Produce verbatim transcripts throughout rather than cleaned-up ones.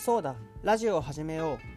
そうだ、ラジオを始めよう。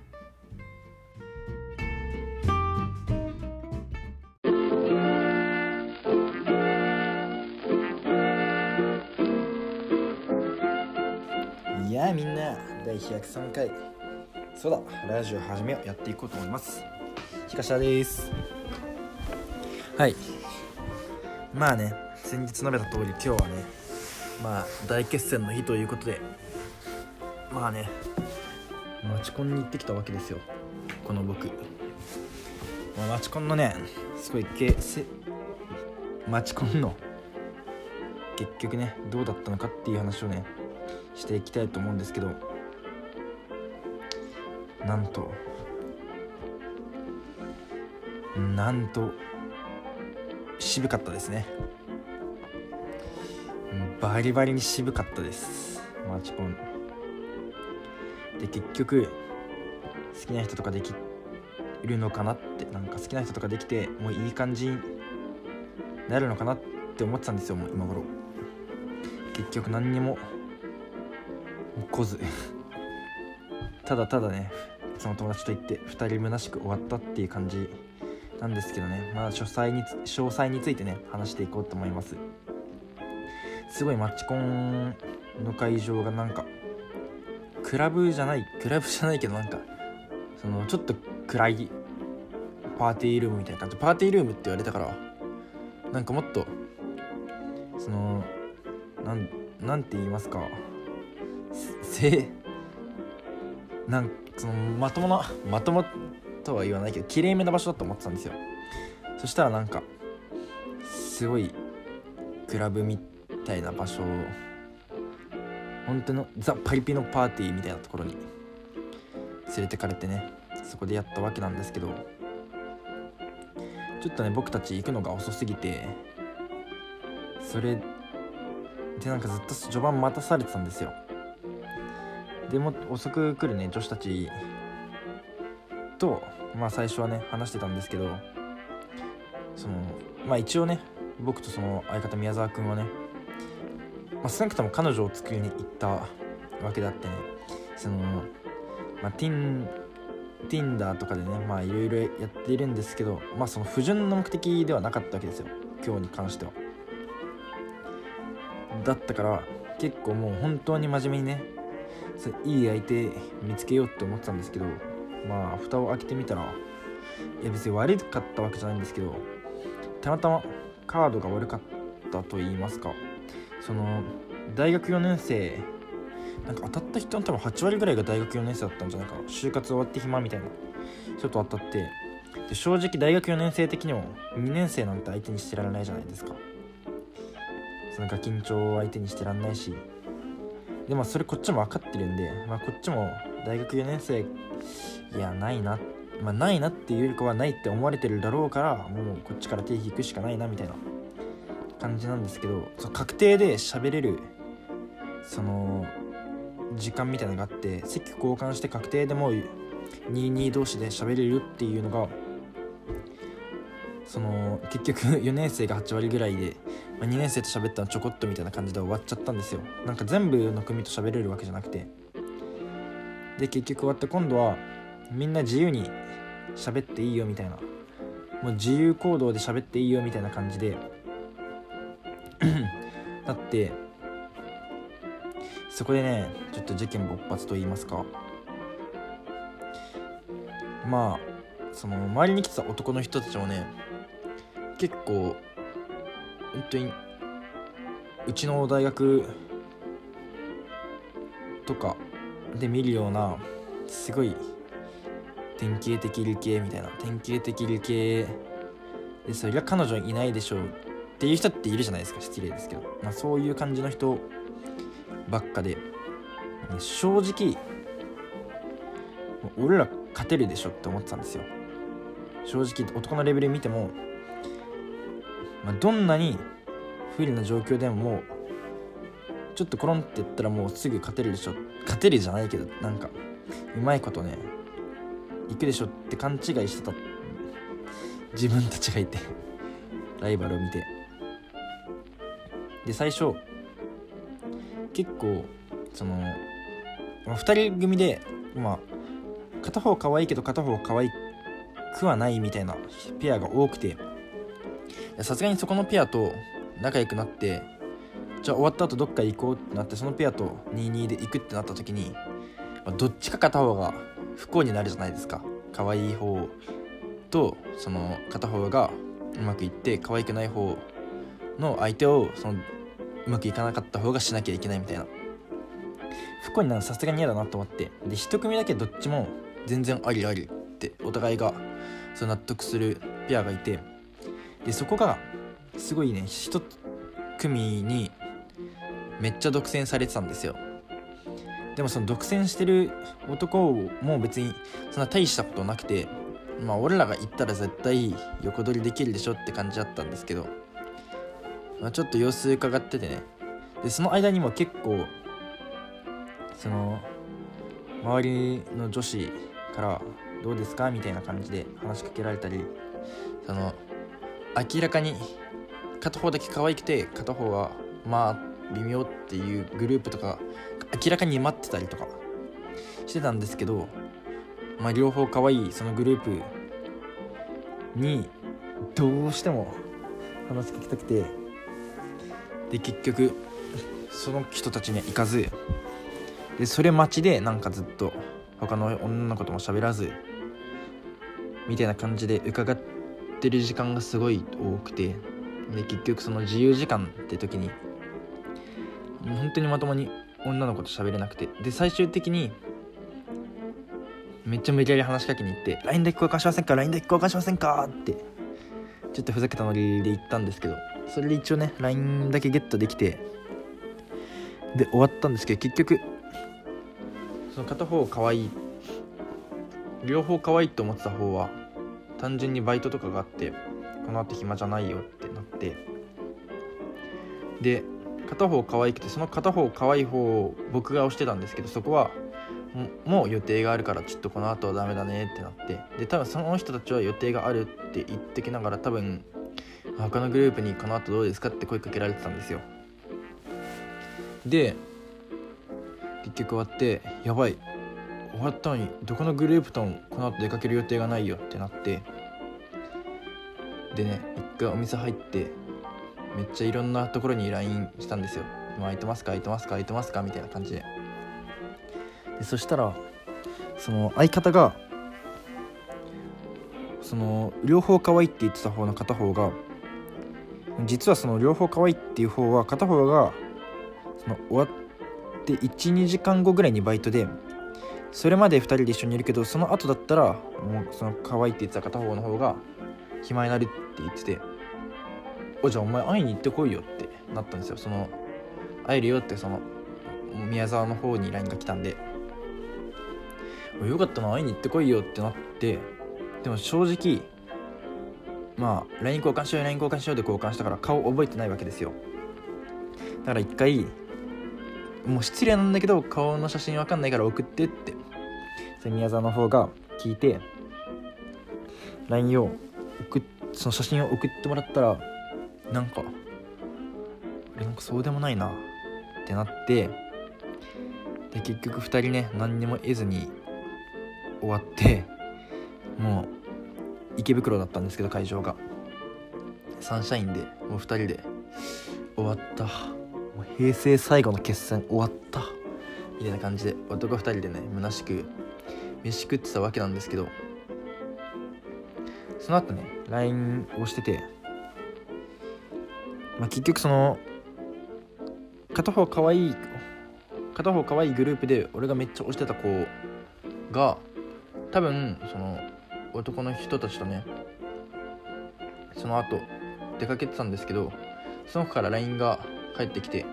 いやーみんな、だいひゃくさんかい、そうだ、ラジオ始めよう、やっていこうと思います。ひかしらです。はい、まあね、先日述べた通り、今日はね、まあ大決戦の日ということで、まあね、マチコンに行ってきたわけですよ、この僕。まあ、マチコンのね、すごいけせマチコンの結局ね、どうだったのかっていう話をねしていきたいと思うんですけど、なんとなんと渋かったですね。バリバリに渋かったです、マチコンで。結局好きな人とかできるのかなって、なんか好きな人とかできてもういい感じになるのかなって思ってたんですよ。もう今頃結局何にも来ずただただね、その友達と行ってふたり虚しく終わったっていう感じなんですけどね。まあ詳細に詳細についてね話していこうと思います。すごいマッチコンの会場がなんかクラブじゃないクラブじゃないけど、なんかそのちょっと暗いパーティールームみたいな感じ。パーティールームって言われたから、なんかもっとそのなんなんて言いますか、せなんそのまともなまともとは言わないけど綺麗めな場所だと思ってたんですよ。そしたらなんかすごいクラブみたいな場所、本当のザ・パリピのパーティーみたいなところに連れてかれてね、そこでやったわけなんですけど、ちょっとね僕たち行くのが遅すぎて、それでなんかずっと序盤待たされてたんですよ。でも遅く来るね女子たちとまあ最初はね話してたんですけど、そのまあ一応ね僕とその相方宮沢くんはね、まあ、少なくとも彼女を作りに行ったわけであってね、そのまあティン Tinder とかでねまあいろいろやっているんですけど、まあその不純な目的ではなかったわけですよ、今日に関しては。だったから結構もう本当に真面目にねいい相手見つけようって思ってたんですけど、まあ蓋を開けてみたら、いや別に悪かったわけじゃないんですけど、たまたまカードが悪かったと言いますか、その大学よねん生なんか当たった人の多分はちわりぐらいが大学よねん生だったんじゃないかな。就活終わって暇みたいなちょっと当たって、で正直大学よねん生的にもにねん生なんて相手にしてられないじゃないですか。そのガキンチョを相手にしてらんないし、でもそれこっちも分かってるんで、まあこっちも大学よねん生いやないな、まあないなっていうよりかはないって思われてるだろうから、もうこっちから手引くしかないなみたいな感じなんですけど、その確定で喋れるその時間みたいなのがあって、席交換して確定でもうにじゅうに同士で喋れるっていうのが、その結局よねん生がはちわりぐらいで、まあ、にねん生と喋ったのちょこっとみたいな感じで終わっちゃったんですよ。なんか全部の組と喋れるわけじゃなくて、で結局終わって今度はみんな自由に喋っていいよみたいな、もう自由行動で喋っていいよみたいな感じでなって、そこでねちょっと事件勃発と言いますか、まあその周りに来てた男の人たちもね結構本当にうちの大学とかで見るようなすごい典型的理系みたいな、典型的理系でそりゃ彼女いないでしょうっていう人っているじゃないですか、失礼ですけど、まあ、そういう感じの人ばっかで、正直俺ら勝てるでしょって思ってたんですよ。正直男のレベル見ても、まあ、どんなに不利な状況でももうちょっとコロンっていったらもうすぐ勝てるでしょ、勝てるじゃないけどなんかうまいことねいくでしょって勘違いしてた自分たちがいてライバルを見て、で最初結構そのふたり組で、まあ、片方可愛いけど片方可愛くはないみたいなペアが多くて、さすがにそこのペアと仲良くなって、じゃあ終わった後どっか行こうってなって、そのペアとにたいにで行くってなった時に、まあ、どっちか片方が不幸になるじゃないですか。可愛い方とその片方がうまくいって、可愛くない方の相手をそのうまくいかなかった方がしなきゃいけないみたいな、不幸になるのさすがに嫌だなと思って、で一組だけどっちも全然ありありってお互いがそう納得するペアがいて、でそこがすごいね、一組にめっちゃ独占されてたんですよ。でもその独占してる男も別にそんな大したことなくて、まあ俺らが行ったら絶対横取りできるでしょって感じだったんですけど、まあ、ちょっと様子伺っててね、でその間にも結構その周りの女子からどうですかみたいな感じで話しかけられたり、その明らかに片方だけ可愛くて片方はまあ微妙っていうグループとか明らかに待ってたりとかしてたんですけど、まあ両方可愛いそのグループにどうしても話しかけたくて、で結局その人たちには行かず、でそれ待ちでなんかずっと他の女の子とも喋らずみたいな感じで伺ってる時間がすごい多くて、で結局その自由時間って時に本当にまともに女の子と喋れなくて、で最終的にめっちゃ無理やり話しかけに行って ライン だけ交換しませんか ライン だけ交換しませんかってちょっとふざけたノリで言ったんですけど、それで一応ね ライン だけゲットできて、で終わったんですけど、結局その片方可愛い両方可愛いと思ってた方は単純にバイトとかがあってこの後暇じゃないよってなって、で片方可愛くてその片方可愛い方を僕が押してたんですけど、そこはもう予定があるからちょっとこの後はダメだねってなって、で多分その人たちは予定があるって言ってきながら多分他のグループにこの後どうですかって声かけられてたんですよ。で結局終わって、やばい終わったのにどこのグループともこの後出かける予定がないよってなって、でね一回お店入ってめっちゃいろんなところに ライン したんですよ。今空いてますか空いてますか空いてますかみたいな感じで。でそしたらその相方がその両方可愛いって言ってた方の片方が、実はその両方可愛いっていう方は片方がその終わっていち、にじかんごぐらいにバイトで、それまでふたりで一緒にいるけどその後だったらもうその可愛いって言ってた片方の方が暇になるって言ってて、おじゃあお前会いに行ってこいよってなったんですよ。その会えるよってその宮沢の方に ライン が来たんで、よかったな会いに行ってこいよってなって、でも正直まあ ライン 交換しよう ライン 交換しようで交換したから顔覚えてないわけですよ。だから一回もう失礼なんだけど顔の写真わかんないから送ってってそれ宮沢の方が聞いて ライン を送っその写真を送ってもらったら、なんかなんかそうでもないなってなって、で結局ふたりね何にも得ずに終わって、もう池袋だったんですけど会場がサンシャインでもうふたりで終わった、もう平成最後の決戦終わったみたいな感じで男ふたりでね虚しく飯食ってたわけなんですけど、その後ね ライン をしてて、まあ、結局その片方可愛い片方可愛いグループで俺がめっちゃ推してた子が多分その男の人たちとねその後出かけてたんですけど、その子から ライン が返ってきて、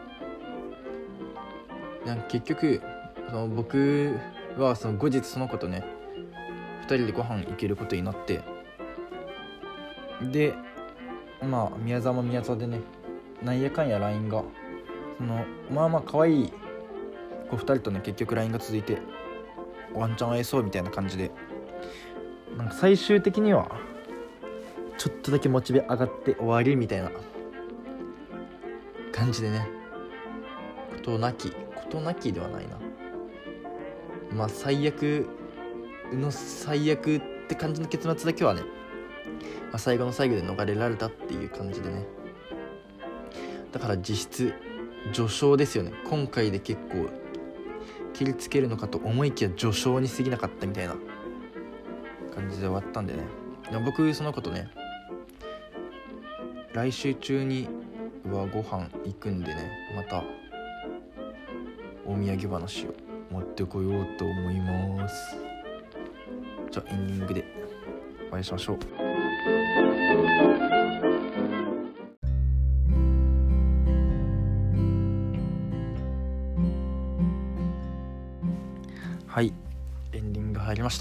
なんか結局その僕はその後日その子とねふたりでご飯行けることになって、でまあ宮沢も宮沢でねなんやかんや ライン がそのまあまあ可愛い子ふたりとね結局 ライン が続いてワンチャン会えそうみたいな感じで、なんか最終的にはちょっとだけモチベ上がって終わりみたいな感じでね、ことなきことなきではないなまあ最悪の最悪って感じの結末だけはね、まあ、最後の最後で逃れられたっていう感じでね、だから実質序章ですよね。今回で結構切りつけるのかと思いきや序章に過ぎなかったみたいな感じで終わったんでね。でも僕そのことね、来週中にはご飯行くんでね、またお土産話を持ってこようと思います。じゃあエンディングでお会いしましょう。はい、エンディング入りました。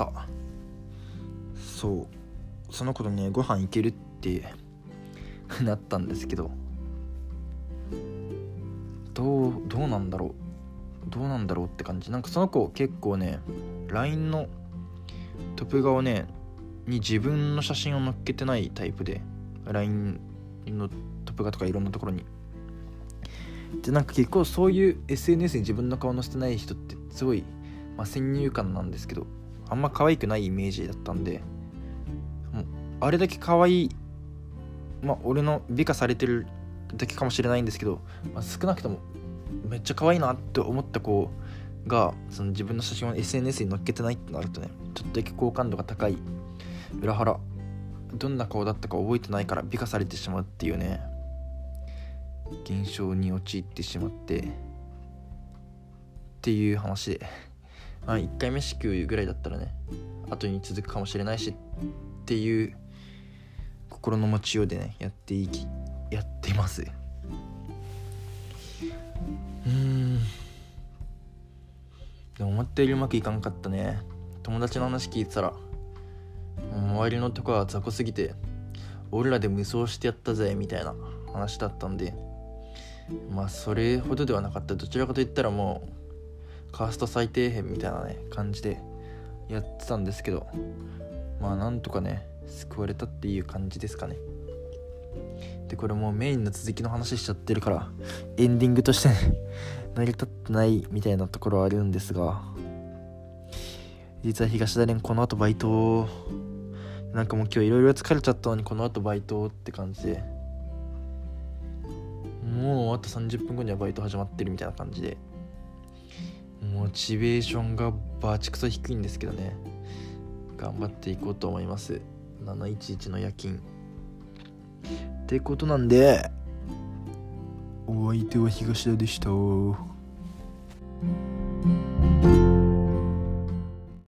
そうそのことね、ご飯行けるってなったんですけど、どうどうなんだろうどうなんだろうって感じ。なんかその子結構ね ライン のトップ画をねに自分の写真を載っけてないタイプで、 ライン のトップ画とかいろんなところにで、なんか結構そういう エスエヌエス に自分の顔載せてない人ってすごい、まあ、先入観なんですけど、あんま可愛くないイメージだったんで、もうあれだけ可愛い、まあ俺の美化されてるだけかもしれないんですけど、まあ、少なくともめっちゃ可愛いなって思った子がその自分の写真を エスエヌエス に載っけてないってなるとね、ちょっとだけ好感度が高い裏腹、どんな顔だったか覚えてないから美化されてしまうっていうね現象に陥ってしまってっていう話で、まあいっかいめ支給ぐらいだったらね後に続くかもしれないしっていう心の持ちようでねやっていきやっています。うーんでも思ったよりうまくいかんかったね。友達の話聞いてたら周りのとこは雑魚すぎて俺らで無双してやったぜみたいな話だったんで、まあそれほどではなかった。どちらかといったらもうカースト最底辺みたいなね感じでやってたんですけど、まあなんとかね救われたっていう感じですかね。でこれもうメインの続きの話しちゃってるからエンディングとして、ね、成り立ってないみたいなところはあるんですが、実は東田連この後バイト、なんかもう今日いろいろ疲れちゃったのにこの後バイトって感じで、もうあとさんじゅっぷんごにはバイト始まってるみたいな感じで、モチベーションがバチクソ低いんですけどね、頑張っていこうと思います。なないちいちの夜勤ってことなんで、お相手は東田でした。